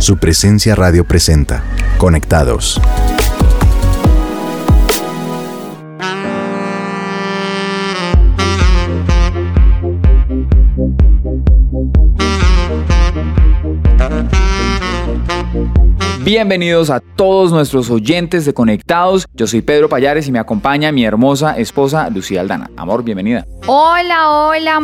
Su Presencia Radio presenta Conectados. Bienvenidos a todos nuestros oyentes de Conectados. Yo soy Pedro Payares y me acompaña mi hermosa esposa Lucía Aldana. Amor, bienvenida. Hola,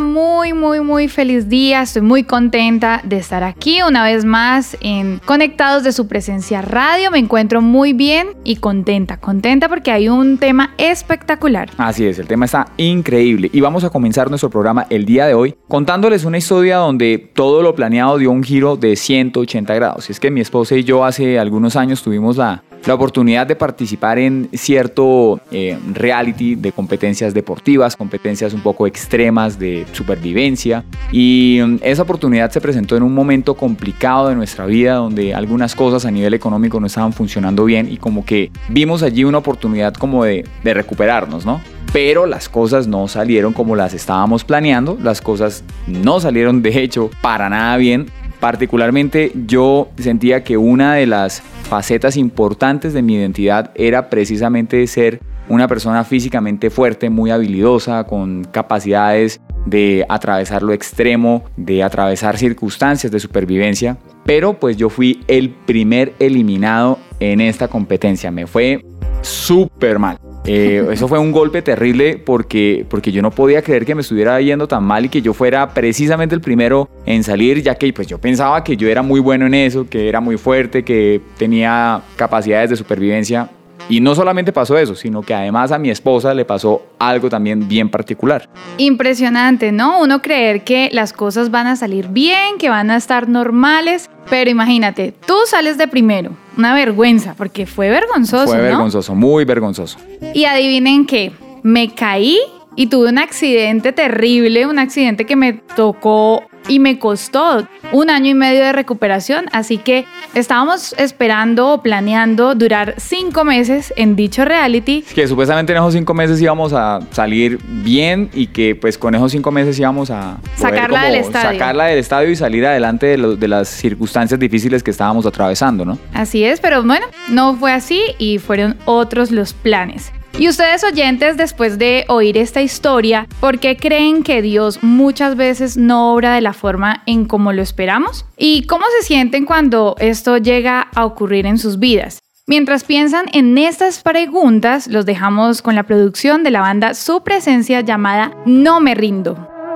muy feliz día. Estoy muy contenta de estar aquí una vez más en Conectados de Su Presencia Radio. Me encuentro muy bien y contenta porque hay un tema espectacular. Así es, el tema está increíble y vamos a comenzar nuestro programa el día de hoy contándoles una historia donde todo lo planeado dio un giro de 180 grados. Y es que mi esposa y yo hace algunos años tuvimos la oportunidad de participar en cierto reality de competencias deportivas, competencias un poco extremas de supervivencia, y esa oportunidad se presentó en un momento complicado de nuestra vida donde algunas cosas a nivel económico no estaban funcionando bien y como que vimos allí una oportunidad como de recuperarnos, ¿no? Pero las cosas no salieron como las estábamos planeando, las cosas no salieron de hecho para nada bien. Particularmente yo sentía que una de las facetas importantes de mi identidad era precisamente ser una persona físicamente fuerte, muy habilidosa, con capacidades de atravesar lo extremo, de atravesar circunstancias de supervivencia. Pero pues yo fui el primer eliminado en esta competencia, me fue súper mal. Eso fue un golpe terrible porque yo no podía creer que me estuviera yendo tan mal y que yo fuera precisamente el primero en salir, ya que pues yo pensaba que yo era muy bueno en eso, que era muy fuerte, que tenía capacidades de supervivencia. Y no solamente pasó eso, sino que además a mi esposa le pasó algo también bien particular. Impresionante, ¿no? Uno creer que las cosas van a salir bien, que van a estar normales, pero imagínate, tú sales de primero. Una vergüenza, porque fue vergonzoso, Fue vergonzoso, ¿no? Muy vergonzoso. Y adivinen qué, me caí y tuve un accidente terrible, un accidente que me tocó y me costó 1 año y medio de recuperación, así que estábamos esperando o planeando durar 5 meses en dicho reality. Que supuestamente en esos 5 meses íbamos a salir bien y que pues con esos 5 meses íbamos a sacarla del estadio y salir adelante de las circunstancias difíciles que estábamos atravesando, ¿no? Así es, pero bueno, no fue así y fueron otros los planes. Y ustedes oyentes, después de oír esta historia, ¿por qué creen que Dios muchas veces no obra de la forma en como lo esperamos? ¿Y cómo se sienten cuando esto llega a ocurrir en sus vidas? Mientras piensan en estas preguntas, los dejamos con la producción de la banda Su Presencia llamada No Me Rindo.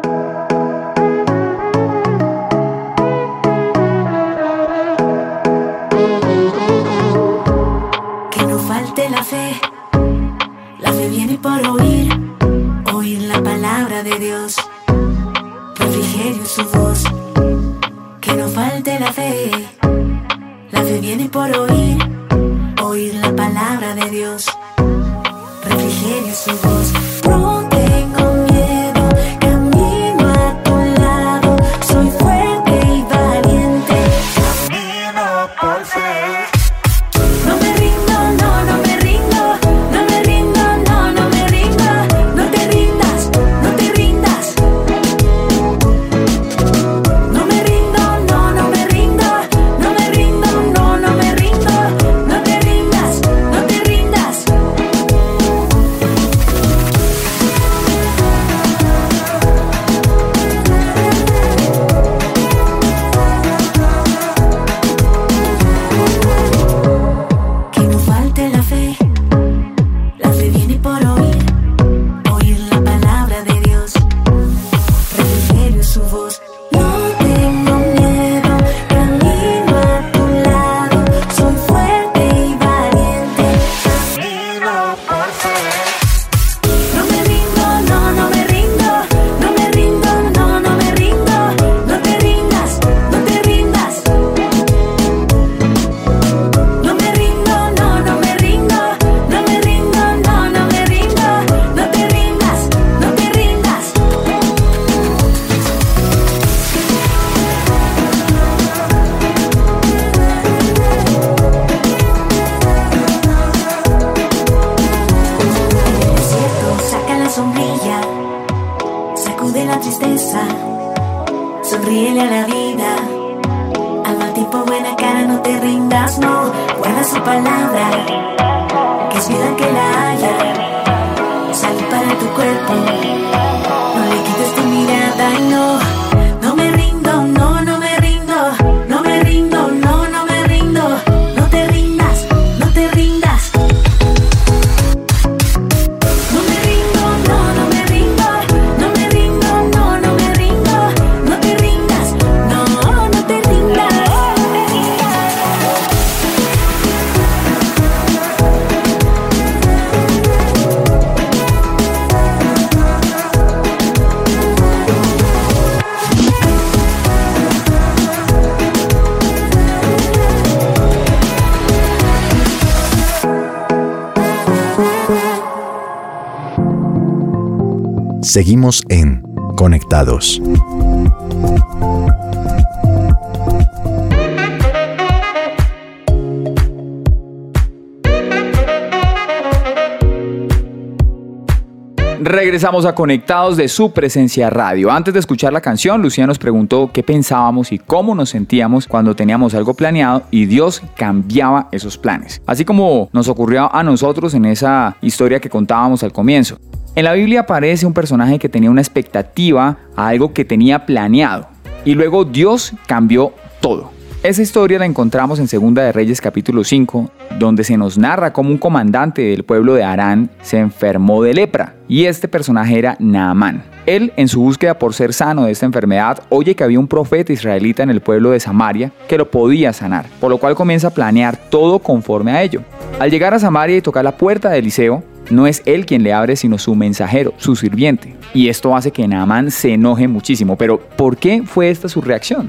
Que no falte la fe. La fe viene por oír la palabra de Dios, refrigerio su voz. Que no falte la fe. La fe viene por oír la palabra de Dios, refrigerio su voz. No tengo miedo, camino a tu lado, soy fuerte y valiente, camino por fe. No me rindo, no me rindo. rindas, no. Guarda su palabra, que es vida que la haya. Salud para tu cuerpo, no le quites tu mirada y no. No me rindo, no, no me rindo. No me rindo, no, no me rindo. No te rindas, no te rindas. No me rindo, no, no me rindo. No me rindo, no, no me rindo. No te rindas, no, no te rindas. Seguimos en Conectados. Regresamos a Conectados de Su Presencia Radio. Antes de escuchar la canción, Lucía nos preguntó qué pensábamos y cómo nos sentíamos cuando teníamos algo planeado y Dios cambiaba esos planes. Así como nos ocurrió a nosotros en esa historia que contábamos al comienzo. En la Biblia aparece un personaje que tenía una expectativa a algo que tenía planeado y luego Dios cambió todo. Esa historia la encontramos en Segunda de Reyes capítulo 5, donde se nos narra cómo un comandante del pueblo de Harán se enfermó de lepra y este personaje era Naamán. Él, en su búsqueda por ser sano de esta enfermedad, oye que había un profeta israelita en el pueblo de Samaria que lo podía sanar, por lo cual comienza a planear todo conforme a ello. Al llegar a Samaria y tocar la puerta de Eliseo, no es él quien le abre, sino su mensajero, su sirviente. Y esto hace que Naamán se enoje muchísimo. Pero, ¿por qué fue esta su reacción?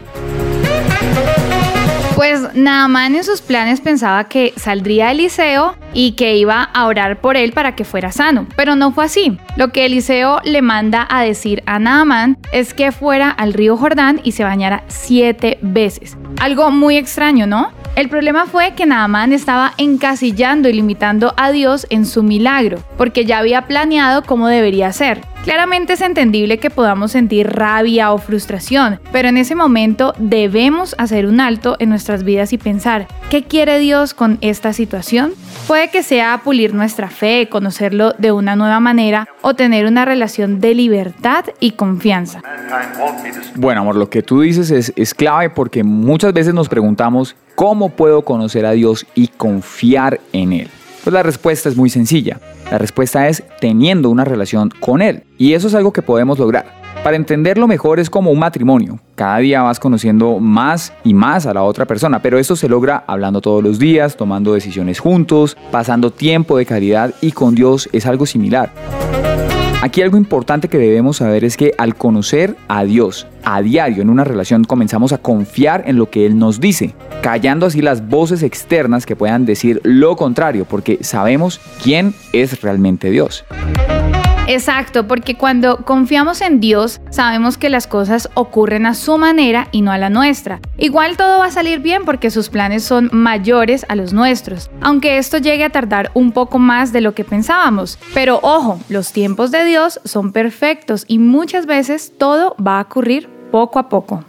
Pues Naamán en sus planes pensaba que saldría Eliseo y que iba a orar por él para que fuera sano, pero no fue así. Lo que Eliseo le manda a decir a Naamán es que fuera al río Jordán y se bañara 7 veces. Algo muy extraño, ¿no? El problema fue que Naamán estaba encasillando y limitando a Dios en su milagro, porque ya había planeado cómo debería ser. Claramente es entendible que podamos sentir rabia o frustración, pero en ese momento debemos hacer un alto en nuestras vidas y pensar, ¿qué quiere Dios con esta situación? Puede que sea pulir nuestra fe, conocerlo de una nueva manera o tener una relación de libertad y confianza. Bueno, amor, lo que tú dices es clave porque muchas veces nos preguntamos, ¿cómo puedo conocer a Dios y confiar en Él? Pues la respuesta es muy sencilla. La respuesta es teniendo una relación con Él. Y eso es algo que podemos lograr. Para entenderlo mejor es como un matrimonio. Cada día vas conociendo más y más a la otra persona, pero esto se logra hablando todos los días, tomando decisiones juntos, pasando tiempo de calidad y con Dios es algo similar. Aquí algo importante que debemos saber es que al conocer a Dios a diario en una relación comenzamos a confiar en lo que Él nos dice, callando así las voces externas que puedan decir lo contrario, porque sabemos quién es realmente Dios. Exacto, porque cuando confiamos en Dios, sabemos que las cosas ocurren a su manera y no a la nuestra. Igual todo va a salir bien porque sus planes son mayores a los nuestros, aunque esto llegue a tardar un poco más de lo que pensábamos. Pero ojo, los tiempos de Dios son perfectos y muchas veces todo va a ocurrir poco a poco.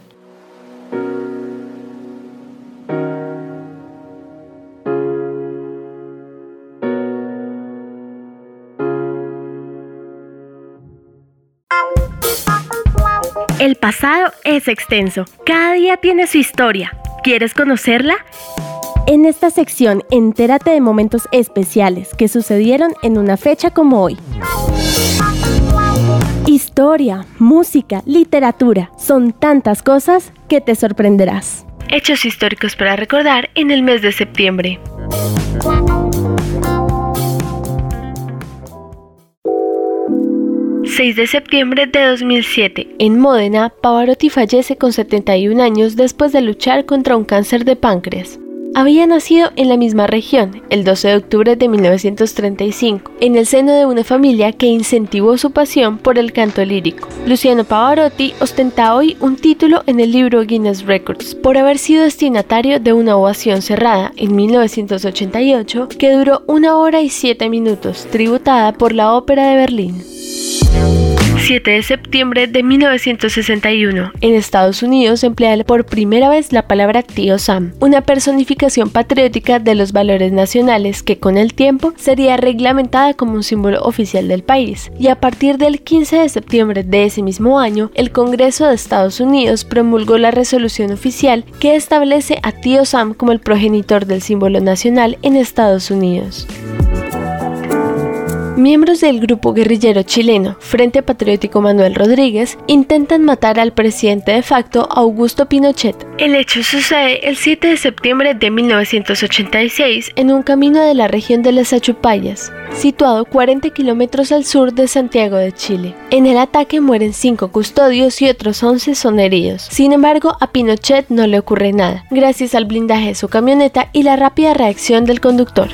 El pasado es extenso. Cada día tiene su historia. ¿Quieres conocerla? En esta sección, entérate de momentos especiales que sucedieron en una fecha como hoy. Historia, música, literatura, son tantas cosas que te sorprenderás. Hechos históricos para recordar en el mes de septiembre. ...6 de septiembre de 2007, en Módena, Pavarotti fallece con 71 años después de luchar contra un cáncer de páncreas. Había nacido en la misma región, el 12 de octubre de 1935, en el seno de una familia que incentivó su pasión por el canto lírico. Luciano Pavarotti ostenta hoy un título en el libro Guinness Records por haber sido destinatario de una ovación cerrada en 1988 que duró 1 hora y 7 minutos, tributada por la Ópera de Berlín. 7 de septiembre de 1961. En Estados Unidos se emplea por primera vez la palabra Tío Sam, una personificación patriótica de los valores nacionales que con el tiempo sería reglamentada como un símbolo oficial del país. Y a partir del 15 de septiembre de ese mismo año, el Congreso de Estados Unidos promulgó la resolución oficial que establece a Tío Sam como el progenitor del símbolo nacional en Estados Unidos. Miembros del grupo guerrillero chileno Frente Patriótico Manuel Rodríguez intentan matar al presidente de facto Augusto Pinochet. El hecho sucede el 7 de septiembre de 1986 en un camino de la región de las Achupallas, situado 40 kilómetros al sur de Santiago de Chile. En el ataque mueren 5 custodios y otros 11 son heridos. Sin embargo, a Pinochet no le ocurre nada, gracias al blindaje de su camioneta y la rápida reacción del conductor.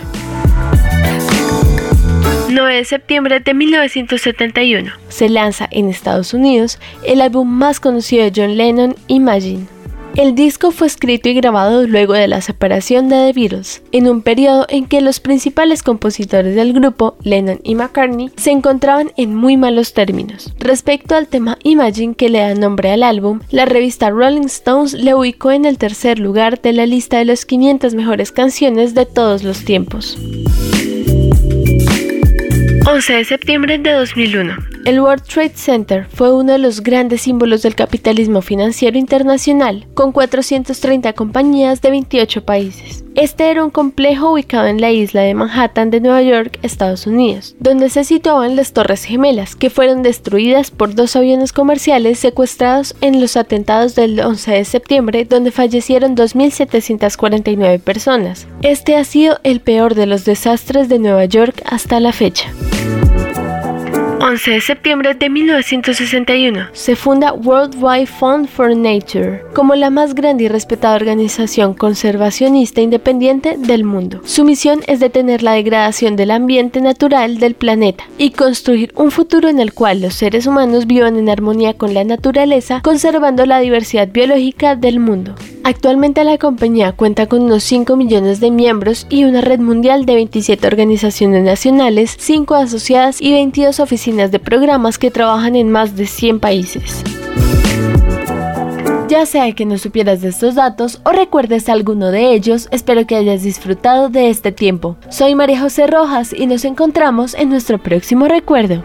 9 de septiembre de 1971. Se lanza en Estados Unidos el álbum más conocido de John Lennon, Imagine. El disco fue escrito y grabado luego de la separación de The Beatles, en un periodo en que los principales compositores del grupo, Lennon y McCartney, se encontraban en muy malos términos. Respecto al tema Imagine que le da nombre al álbum, la revista Rolling Stones le ubicó en el tercer lugar de la lista de las 500 mejores canciones de todos los tiempos. 11 de septiembre de 2001. El World Trade Center fue uno de los grandes símbolos del capitalismo financiero internacional, con 430 compañías de 28 países. Este era un complejo ubicado en la isla de Manhattan de Nueva York, Estados Unidos, donde se situaban las Torres Gemelas, que fueron destruidas por 2 aviones comerciales secuestrados en los atentados del 11 de septiembre, donde fallecieron 2.749 personas. Este ha sido el peor de los desastres de Nueva York hasta la fecha. 11 de septiembre de 1961. Se funda World Wide Fund for Nature, como la más grande y respetada organización conservacionista independiente del mundo. Su misión es detener la degradación del ambiente natural del planeta y construir un futuro en el cual los seres humanos vivan en armonía con la naturaleza, conservando la diversidad biológica del mundo. Actualmente la compañía cuenta con unos 5 millones de miembros y una red mundial de 27 organizaciones nacionales, 5 asociadas y 22 oficinas de programas que trabajan en más de 100 países. Ya sea que no supieras de estos datos o recuerdes alguno de ellos, espero que hayas disfrutado de este tiempo. Soy María José Rojas y nos encontramos en nuestro próximo recuerdo.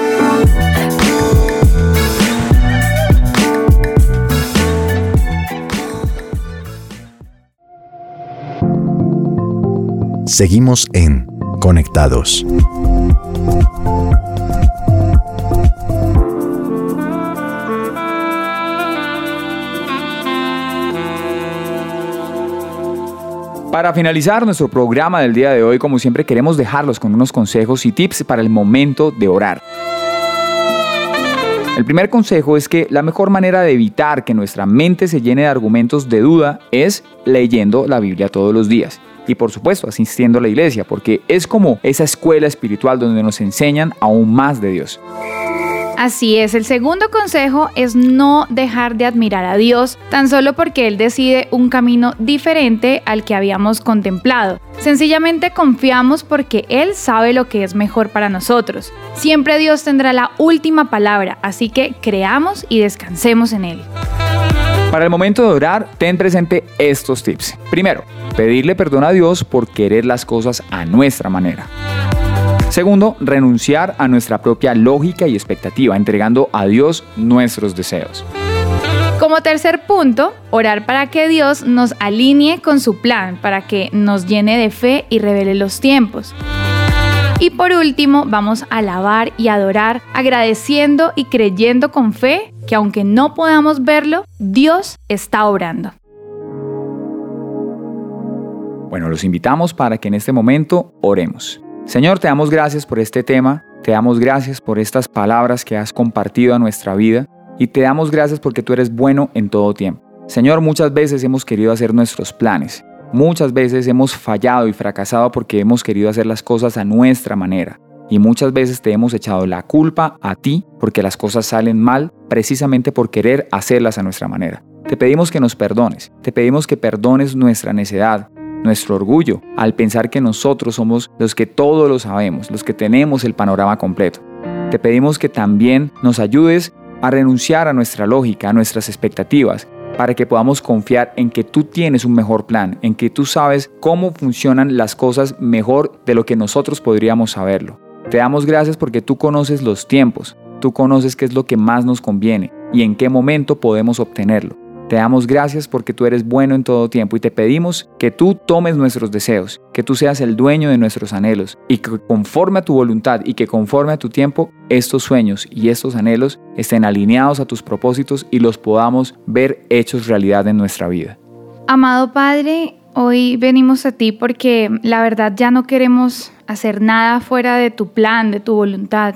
Seguimos en Conectados. Para finalizar nuestro programa del día de hoy, como siempre, queremos dejarlos con unos consejos y tips para el momento de orar. El primer consejo es que la mejor manera de evitar que nuestra mente se llene de argumentos de duda es leyendo la Biblia todos los días. Y por supuesto, asistiendo a la iglesia, porque es como esa escuela espiritual donde nos enseñan aún más de Dios. Así es, el segundo consejo es no dejar de admirar a Dios tan solo porque Él decide un camino diferente al que habíamos contemplado. Sencillamente confiamos porque Él sabe lo que es mejor para nosotros. Siempre Dios tendrá la última palabra, así que creamos y descansemos en Él. Para el momento de orar, ten presente estos tips. Primero, pedirle perdón a Dios por querer las cosas a nuestra manera. Segundo, renunciar a nuestra propia lógica y expectativa, entregando a Dios nuestros deseos. Como tercer punto, orar para que Dios nos alinee con su plan, para que nos llene de fe y revele los tiempos. Y por último, vamos a alabar y adorar, agradeciendo y creyendo con fe que aunque no podamos verlo, Dios está obrando. Bueno, los invitamos para que en este momento oremos. Señor, te damos gracias por este tema, te damos gracias por estas palabras que has compartido a nuestra vida y te damos gracias porque tú eres bueno en todo tiempo. Señor, muchas veces hemos querido hacer nuestros planes, muchas veces hemos fallado y fracasado porque hemos querido hacer las cosas a nuestra manera y muchas veces te hemos echado la culpa a ti porque las cosas salen mal precisamente por querer hacerlas a nuestra manera. Te pedimos que nos perdones, te pedimos que perdones nuestra necedad, nuestro orgullo, al pensar que nosotros somos los que todo lo sabemos, los que tenemos el panorama completo. Te pedimos que también nos ayudes a renunciar a nuestra lógica, a nuestras expectativas, para que podamos confiar en que tú tienes un mejor plan, en que tú sabes cómo funcionan las cosas mejor de lo que nosotros podríamos saberlo. Te damos gracias porque tú conoces los tiempos, tú conoces qué es lo que más nos conviene y en qué momento podemos obtenerlo. Te damos gracias porque tú eres bueno en todo tiempo y te pedimos que tú tomes nuestros deseos, que tú seas el dueño de nuestros anhelos y que conforme a tu voluntad y que conforme a tu tiempo, estos sueños y estos anhelos estén alineados a tus propósitos y los podamos ver hechos realidad en nuestra vida. Amado Padre, hoy venimos a ti porque la verdad ya no queremos hacer nada fuera de tu plan, de tu voluntad.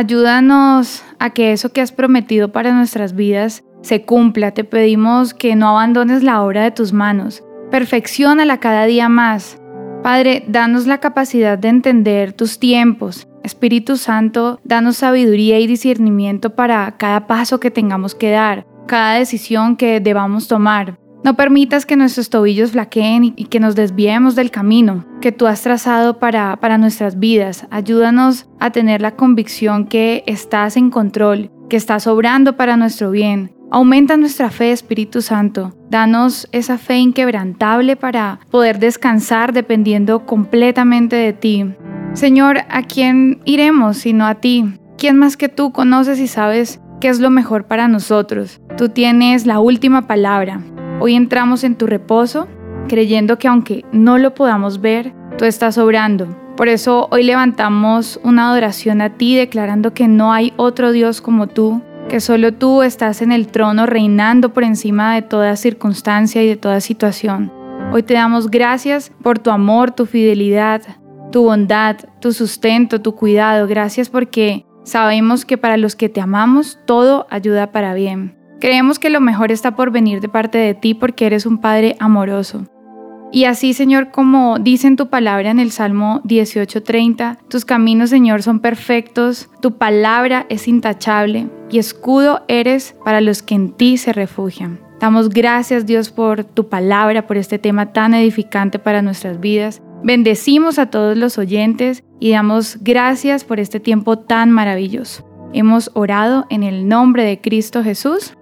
Ayúdanos a que eso que has prometido para nuestras vidas se cumpla. Te pedimos que no abandones la obra de tus manos. Perfecciónala cada día más. Padre, danos la capacidad de entender tus tiempos. Espíritu Santo, danos sabiduría y discernimiento para cada paso que tengamos que dar, cada decisión que debamos tomar. No permitas que nuestros tobillos flaqueen y que nos desviemos del camino que tú has trazado para nuestras vidas. Ayúdanos a tener la convicción que estás en control, que estás obrando para nuestro bien. Aumenta nuestra fe, Espíritu Santo. Danos esa fe inquebrantable para poder descansar dependiendo completamente de ti. Señor, ¿a quién iremos sino a ti? ¿Quién más que tú conoces y sabes qué es lo mejor para nosotros? Tú tienes la última palabra. Hoy entramos en tu reposo, creyendo que aunque no lo podamos ver, tú estás obrando. Por eso hoy levantamos una adoración a ti, declarando que no hay otro Dios como tú, que solo tú estás en el trono reinando por encima de toda circunstancia y de toda situación. Hoy te damos gracias por tu amor, tu fidelidad, tu bondad, tu sustento, tu cuidado. Gracias porque sabemos que para los que te amamos, todo ayuda para bien. Creemos que lo mejor está por venir de parte de ti porque eres un Padre amoroso. Y así, Señor, como dice en tu palabra en el Salmo 18:30, tus caminos, Señor, son perfectos, tu palabra es intachable y escudo eres para los que en ti se refugian. Damos gracias, Dios, por tu palabra, por este tema tan edificante para nuestras vidas. Bendecimos a todos los oyentes y damos gracias por este tiempo tan maravilloso. Hemos orado en el nombre de Cristo Jesús.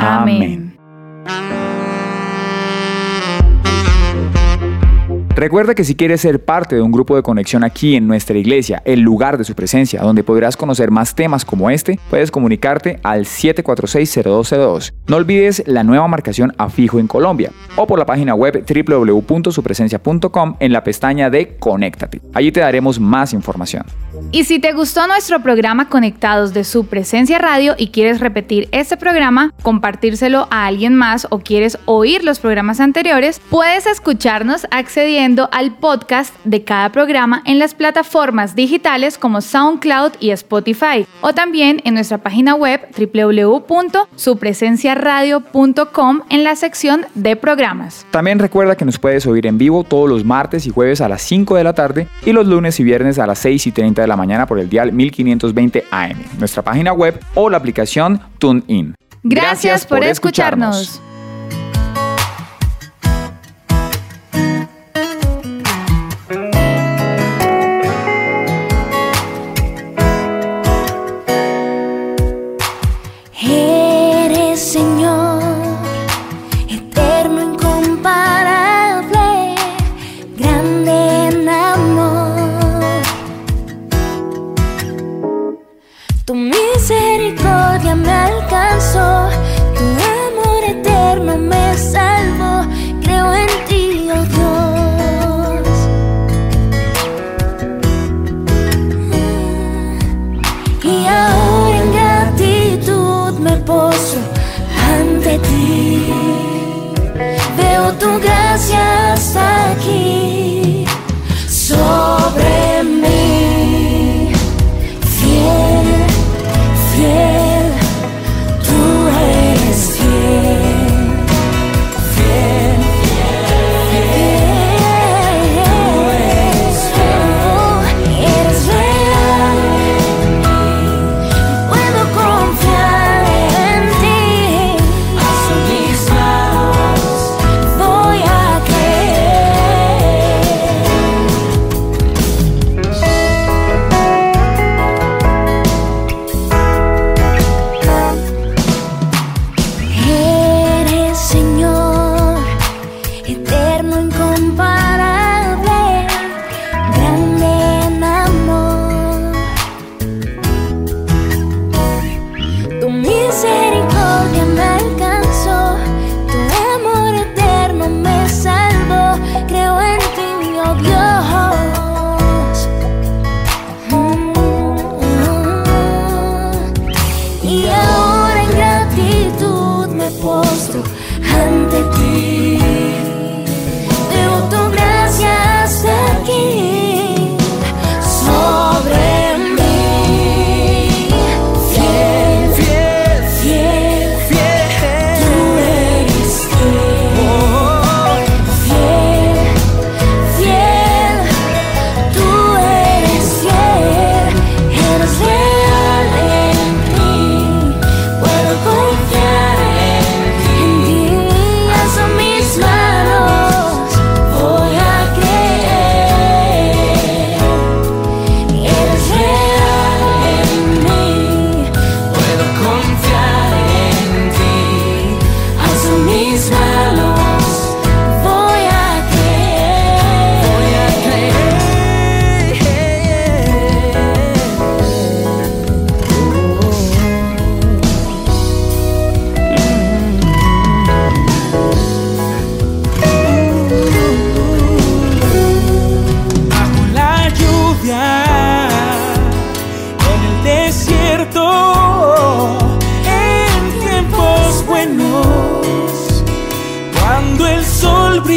Amén. Recuerda que si quieres ser parte de un grupo de conexión aquí en nuestra iglesia, el lugar de su presencia, donde podrás conocer más temas como este, puedes comunicarte al 746-0202. No olvides la nueva marcación a fijo en Colombia o por la página web www.supresencia.com en la pestaña de Conéctate. Allí te daremos más información. Y si te gustó nuestro programa Conectados de Su Presencia Radio y quieres repetir este programa, compartírselo a alguien más o quieres oír los programas anteriores, puedes escucharnos accediendo al podcast de cada programa en las plataformas digitales como SoundCloud y Spotify o también en nuestra página web www.supresenciaradio.com en la sección de programas. También recuerda que nos puedes oír en vivo todos los martes y jueves a las 5 de la tarde y los lunes y viernes a las 6:30 de la mañana por el dial 1520 AM, nuestra página web o la aplicación TuneIn. Gracias por escucharnos. Tu misericordia me alcanzó, tu amor eterno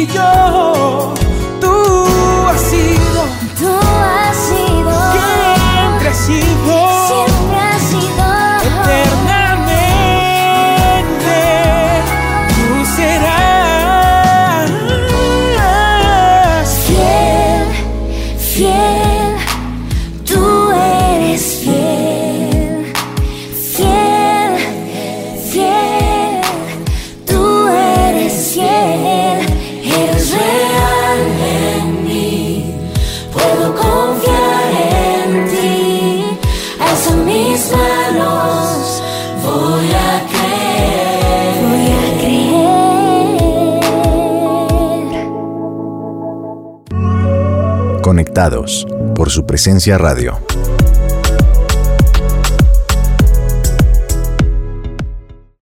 yo. Tú has sido, siempre has sido, eternamente tú serás fiel, fiel, tú eres fiel, fiel, fiel, tú eres fiel, eres real en mí, puedo confiar en ti, alzo mis manos, voy a creer, voy a creer. Conectados por su presencia radio.